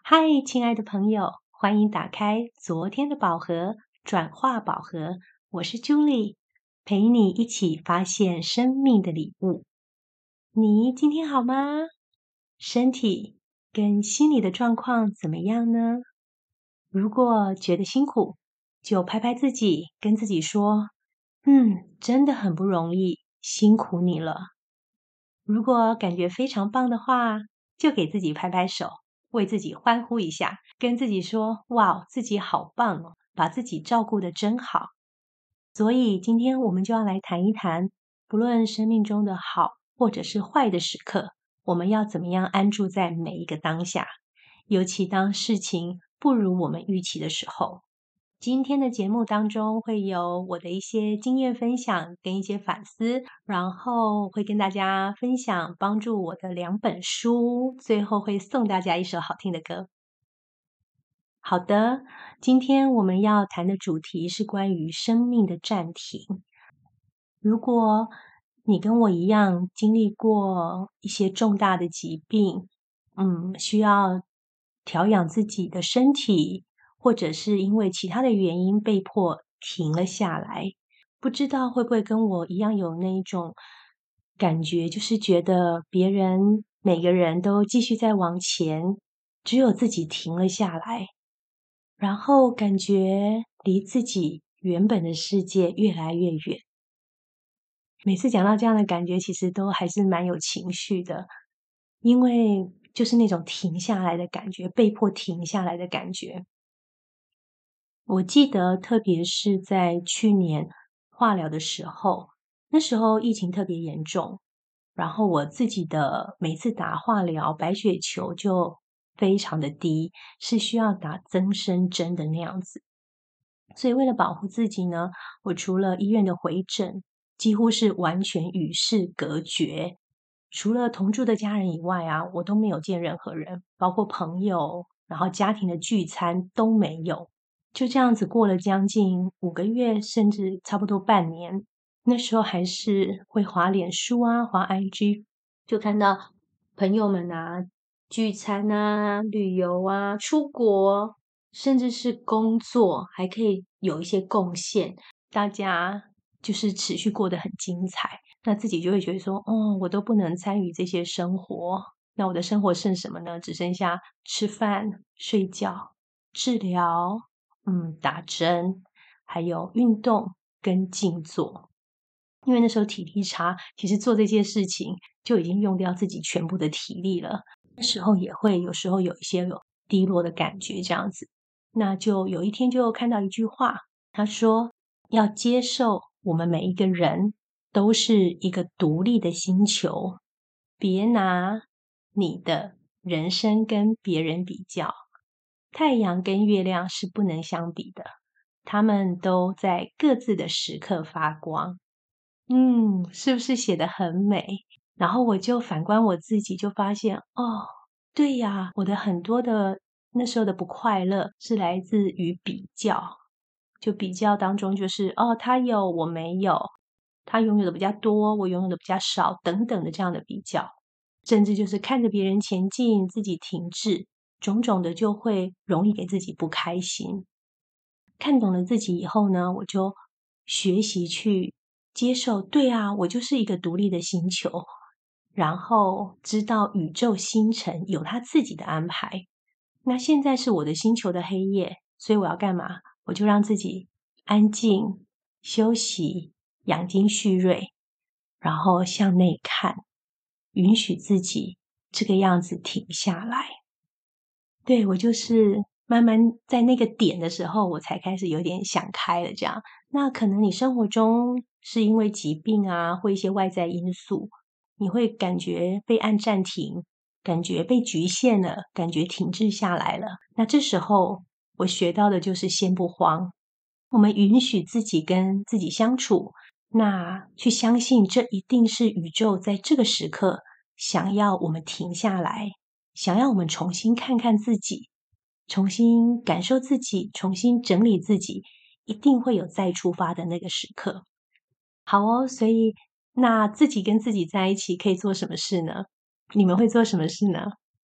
嗨，亲爱的朋友，欢迎打开昨天的宝盒，转化宝盒。我是 Julie，陪你一起发现生命的礼物。你今天好吗？身体跟心理的状况怎么样呢？如果觉得辛苦，就拍拍自己，跟自己说：真的很不容易，辛苦你了。如果感觉非常棒的话，就给自己拍拍手，为自己欢呼一下，跟自己说：哇，自己好棒哦，把自己照顾得真好。所以今天我们就要来谈一谈，不论生命中的好或者是坏的时刻，我们要怎么样安住在每一个当下，尤其当事情不如我们预期的时候。今天的节目当中会有我的一些经验分享跟一些反思，然后会跟大家分享帮助我的2本书，最后会送大家一首好听的歌。好的，今天我们要谈的主题是关于生命的暂停。如果你跟我一样经历过一些重大的疾病，需要调养自己的身体，或者是因为其他的原因被迫停了下来，不知道会不会跟我一样有那一种感觉，就是觉得每个人都继续在往前，只有自己停了下来，然后感觉离自己原本的世界越来越远。每次讲到这样的感觉，其实都还是蛮有情绪的，因为就是那种停下来的感觉，被迫停下来的感觉。我记得特别是在去年化疗的时候，那时候疫情特别严重，然后我自己的每次打化疗，白血球就非常的低，是需要打增生针的那样子。所以为了保护自己呢，我除了医院的回诊，几乎是完全与世隔绝。除了同住的家人以外啊，我都没有见任何人，包括朋友，然后家庭的聚餐都没有。就这样子过了将近5个月，甚至差不多半年。那时候还是会滑脸书啊，滑 IG，就看到朋友们啊，聚餐啊、旅游啊、出国，甚至是工作，还可以有一些贡献，大家就是持续过得很精彩。那自己就会觉得说，我都不能参与这些生活，那我的生活剩什么呢？只剩下吃饭、睡觉、治疗，打针，还有运动跟静坐。因为那时候体力差，其实做这些事情就已经用掉自己全部的体力了。那时候也会有时候有一些有低落的感觉这样子。那就有一天就看到一句话，他说要接受我们每一个人都是一个独立的星球，别拿你的人生跟别人比较。太阳跟月亮是不能相比的，他们都在各自的时刻发光。是不是写得很美？然后我就反观我自己，就发现，对呀，我的很多的那时候的不快乐是来自于比较，就比较当中就是，他有我没有，他拥有的比较多，我拥有的比较少，等等的这样的比较，甚至就是看着别人前进，自己停滞，种种的就会容易给自己不开心。看懂了自己以后呢，我就学习去接受，对啊，我就是一个独立的星球，然后知道宇宙星辰有它自己的安排。那现在是我的星球的黑夜，所以我要干嘛？我就让自己安静、休息、养精蓄锐，然后向内看，允许自己这个样子停下来。对，我就是慢慢在那个点的时候，我才开始有点想开了这样。那可能你生活中是因为疾病啊，或一些外在因素，你会感觉被按暂停，感觉被局限了，感觉停滞下来了。那这时候我学到的就是先不慌，我们允许自己跟自己相处，那去相信这一定是宇宙在这个时刻想要我们停下来，想要我们重新看看自己，重新感受自己，重新整理自己，一定会有再出发的那个时刻。好哦，所以那自己跟自己在一起可以做什么事呢？你们会做什么事呢？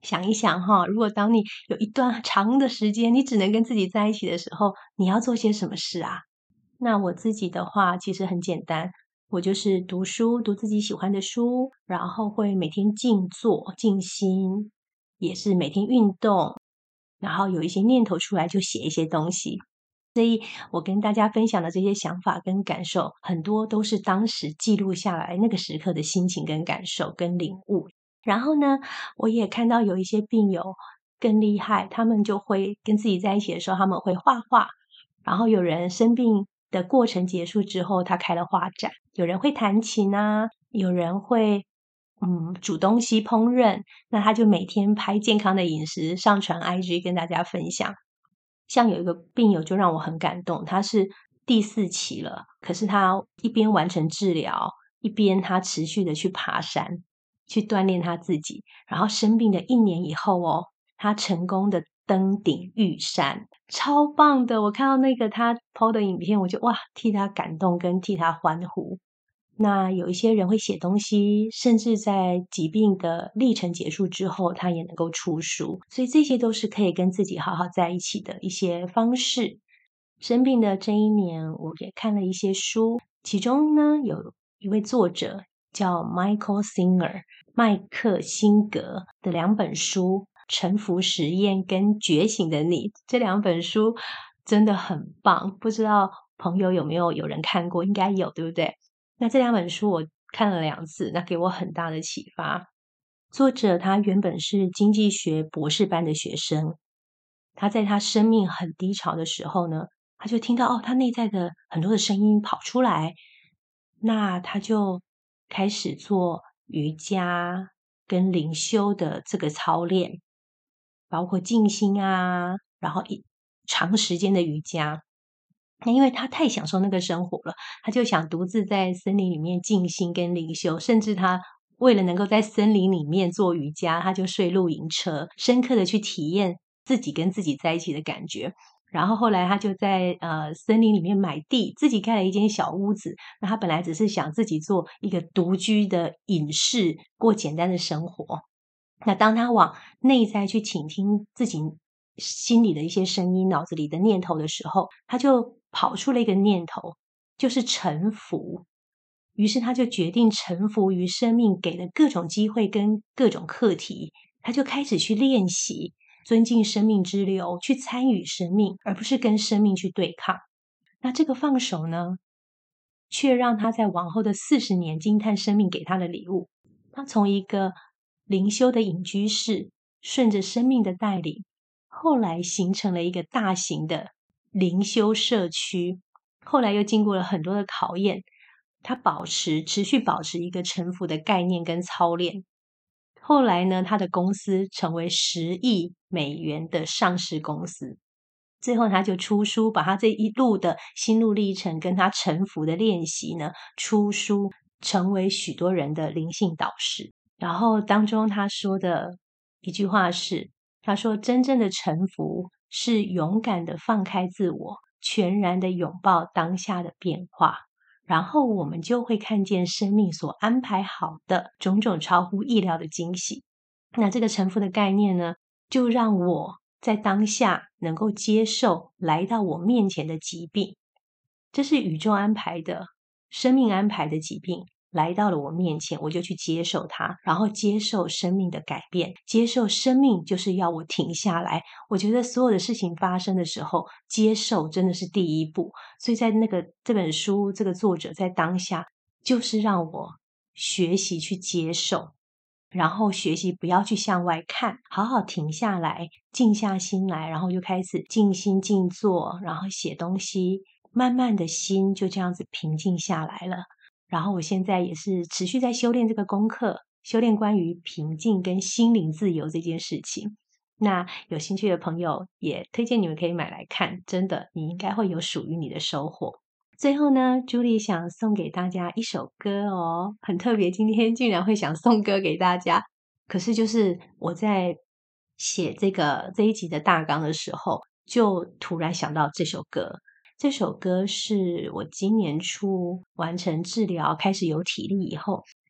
想一想哈，如果当你有一段长的时间，你只能跟自己在一起的时候，你要做些什么事啊？那我自己的话其实很简单，我就是读书，读自己喜欢的书，然后会每天静坐、静心，也是每天运动，然后有一些念头出来就写一些东西。所以我跟大家分享的这些想法跟感受，很多都是当时记录下来那个时刻的心情跟感受跟领悟。然后呢，我也看到有一些病友更厉害，他们就会跟自己在一起的时候，他们会画画。然后有人生病的过程结束之后，他开了画展；有人会弹琴啊，有人会煮东西烹饪，那他就每天拍健康的饮食，上传 IG 跟大家分享。像有一个病友就让我很感动，他是第4期了，可是他一边完成治疗，一边他持续的去爬山，去锻炼他自己。然后生病的1年以后哦，他成功的登顶玉山，超棒的！我看到那个他 PO 的影片，我就哇，替他感动跟替他欢呼。那有一些人会写东西，甚至在疾病的历程结束之后，他也能够出书，所以这些都是可以跟自己好好在一起的一些方式。生病的这1年，我也看了一些书，其中呢有一位作者叫 Michael Singer 麦克辛格的2本书《沉浮实验》跟《觉醒的你》，这2本书真的很棒，不知道朋友有人看过，应该有，对不对？那这2本书我看了2次，那给我很大的启发。作者他原本是经济学博士班的学生，他在他生命很低潮的时候呢，他就听到他内在的很多的声音跑出来，那他就开始做瑜伽跟灵修的这个操练，包括静心啊，然后长时间的瑜伽。那因为他太享受那个生活了，他就想独自在森林里面静心跟灵修，甚至他为了能够在森林里面做瑜伽，他就睡露营车，深刻的去体验自己跟自己在一起的感觉。然后后来他就在森林里面买地，自己盖了一间小屋子。那他本来只是想自己做一个独居的隐士，过简单的生活。那当他往内在去倾听自己心里的一些声音、脑子里的念头的时候，他就跑出了一个念头，就是臣服。于是他就决定臣服于生命给的各种机会跟各种课题，他就开始去练习尊敬生命之流，去参与生命，而不是跟生命去对抗。那这个放手呢，却让他在往后的40年惊叹生命给他的礼物。他从一个灵修的隐居士，顺着生命的带领，后来形成了一个大型的灵修社区。后来又经过了很多的考验，他持续保持一个臣服的概念跟操练。后来呢，他的公司成为$10亿的上市公司。最后他就出书，把他这一路的心路历程跟他臣服的练习呢，出书，成为许多人的灵性导师。然后当中他说的一句话是，他说真正的臣服是勇敢的放开自我，全然的拥抱当下的变化，然后我们就会看见生命所安排好的种种超乎意料的惊喜。那这个臣服的概念呢，就让我在当下能够接受来到我面前的疾病，这是宇宙安排的、生命安排的疾病来到了我面前，我就去接受它，然后接受生命的改变，接受生命就是要我停下来。我觉得所有的事情发生的时候，接受真的是第一步。所以在这本书，这个作者在当下就是让我学习去接受。然后学习不要去向外看，好好停下来，静下心来，然后就开始静心静坐，然后写东西，慢慢的心就这样子平静下来了。然后我现在也是持续在修炼这个功课，修炼关于平静跟心灵自由这件事情。那有兴趣的朋友也推荐你们可以买来看，真的，你应该会有属于你的收获。最后呢，朱莉想送给大家一首歌哦，很特别，今天竟然会想送歌给大家。可是就是我在写这一集的大纲的时候，就突然想到这首歌。这首歌是我今年初完成治疗，开始有体力以后，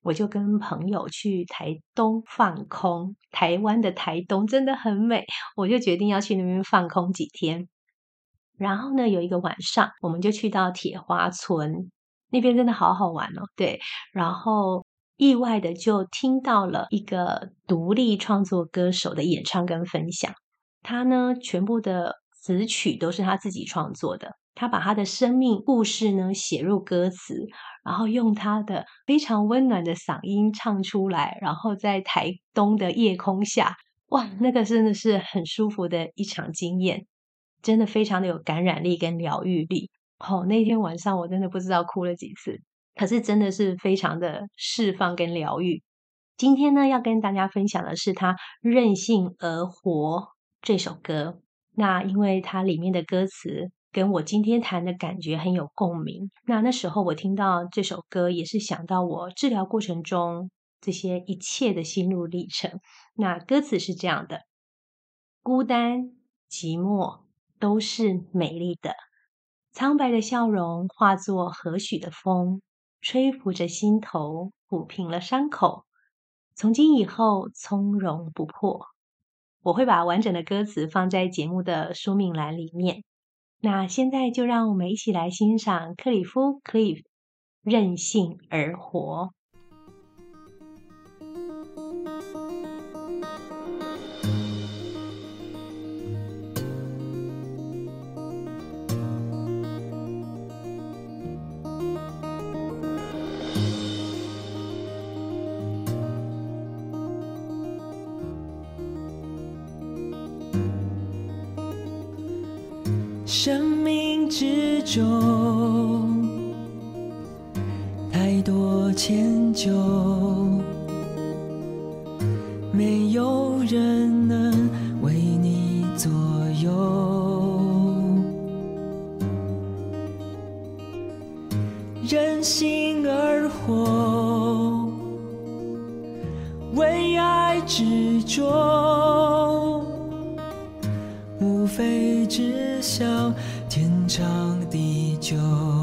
我就跟朋友去台东放空，台湾的台东真的很美，我就决定要去那边放空几天。然后呢，有一个晚上，我们就去到铁花村，那边真的好好玩哦。对，然后意外的就听到了一个独立创作歌手的演唱跟分享。他呢，全部的词曲都是他自己创作的，他把他的生命故事呢写入歌词，然后用他的非常温暖的嗓音唱出来，然后在台东的夜空下，哇，那个真的是很舒服的一场经验，真的非常的有感染力跟疗愈力。那天晚上我真的不知道哭了几次，可是真的是非常的释放跟疗愈。今天呢，要跟大家分享的是他任性而活这首歌。那因为它里面的歌词跟我今天谈的感觉很有共鸣，那时候我听到这首歌也是想到我治疗过程中这些一切的心路历程。那歌词是这样的：孤单寂寞都是美丽的，苍白的笑容化作和煦的风，吹拂着心头，抚平了伤口。从今以后从容不迫。我会把完整的歌词放在节目的说明栏里面。那现在就让我们一起来欣赏克里夫 Cliff 任性而活。 生命之中，太多迁就，没有人能为你左右。任性而活，为爱执着，无非只想天长地久。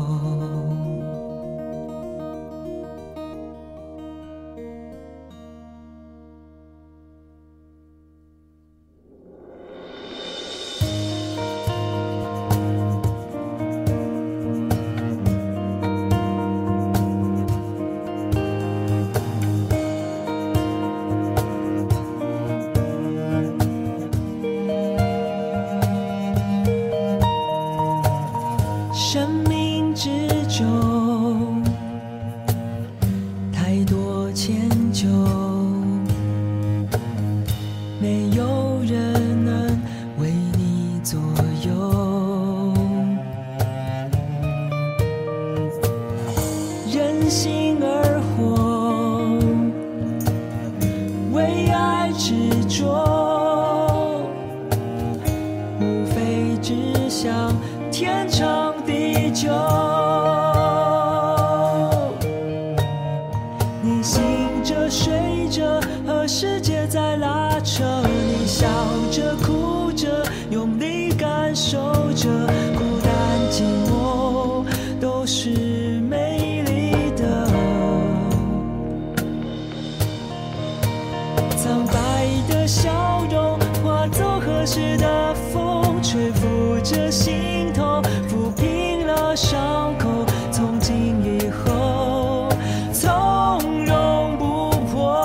生命之中，太多迁就，没有人能为你左右。任性而活，为爱执着，无非只想天长地久。你醒着睡着，和世界在拉扯，你笑着哭着，用力感受着，孤单寂寞都是美丽的。苍白的笑容化作合适的风，吹拂着心头，抚平了伤口。从今以后从容不迫。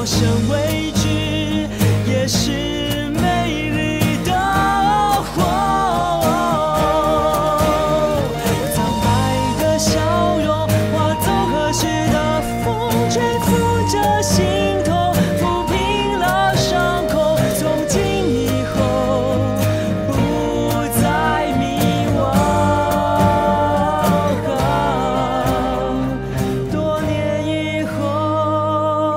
声畏惧，也是美丽的火。苍白的笑容化作合适的风，吹拂着心痛，抚平了伤口。从今以后不再迷惘。多年以后，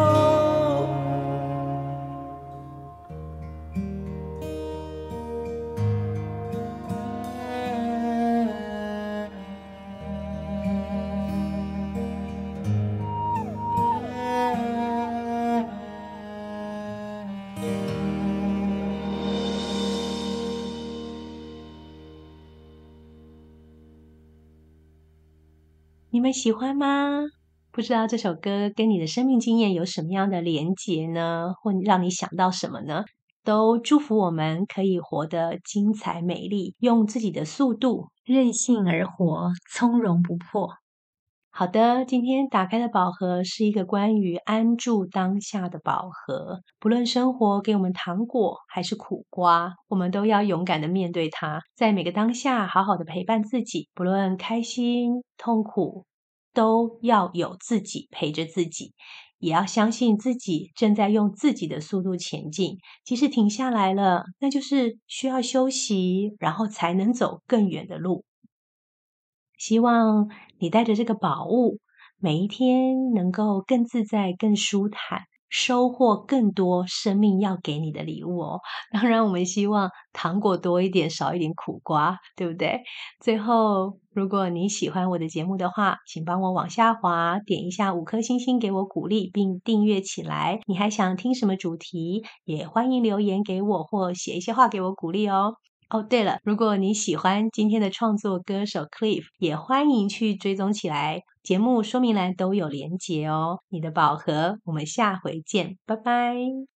你们喜欢吗？不知道这首歌跟你的生命经验有什么样的连结呢？或让你想到什么呢？都祝福我们可以活得精彩美丽，用自己的速度任性而活，从容不迫。好的，今天打开的宝盒是一个关于安住当下的宝盒。不论生活给我们糖果还是苦瓜，我们都要勇敢的面对它，在每个当下好好的陪伴自己，不论开心、痛苦，都要有自己陪着自己，也要相信自己正在用自己的速度前进。即使停下来了，那就是需要休息，然后才能走更远的路。希望你带着这个宝物，每一天能够更自在、更舒坦，收获更多生命要给你的礼物哦。当然，我们希望糖果多一点，少一点苦瓜，对不对？最后，如果你喜欢我的节目的话，请帮我往下滑，点一下5颗星星给我鼓励，并订阅起来。你还想听什么主题？也欢迎留言给我，或写一些话给我鼓励哦。哦，对了，如果你喜欢今天的创作歌手 Cliff， 也欢迎去追踪起来，节目说明栏都有连结哦。你的宝盒，我们下回见，拜拜。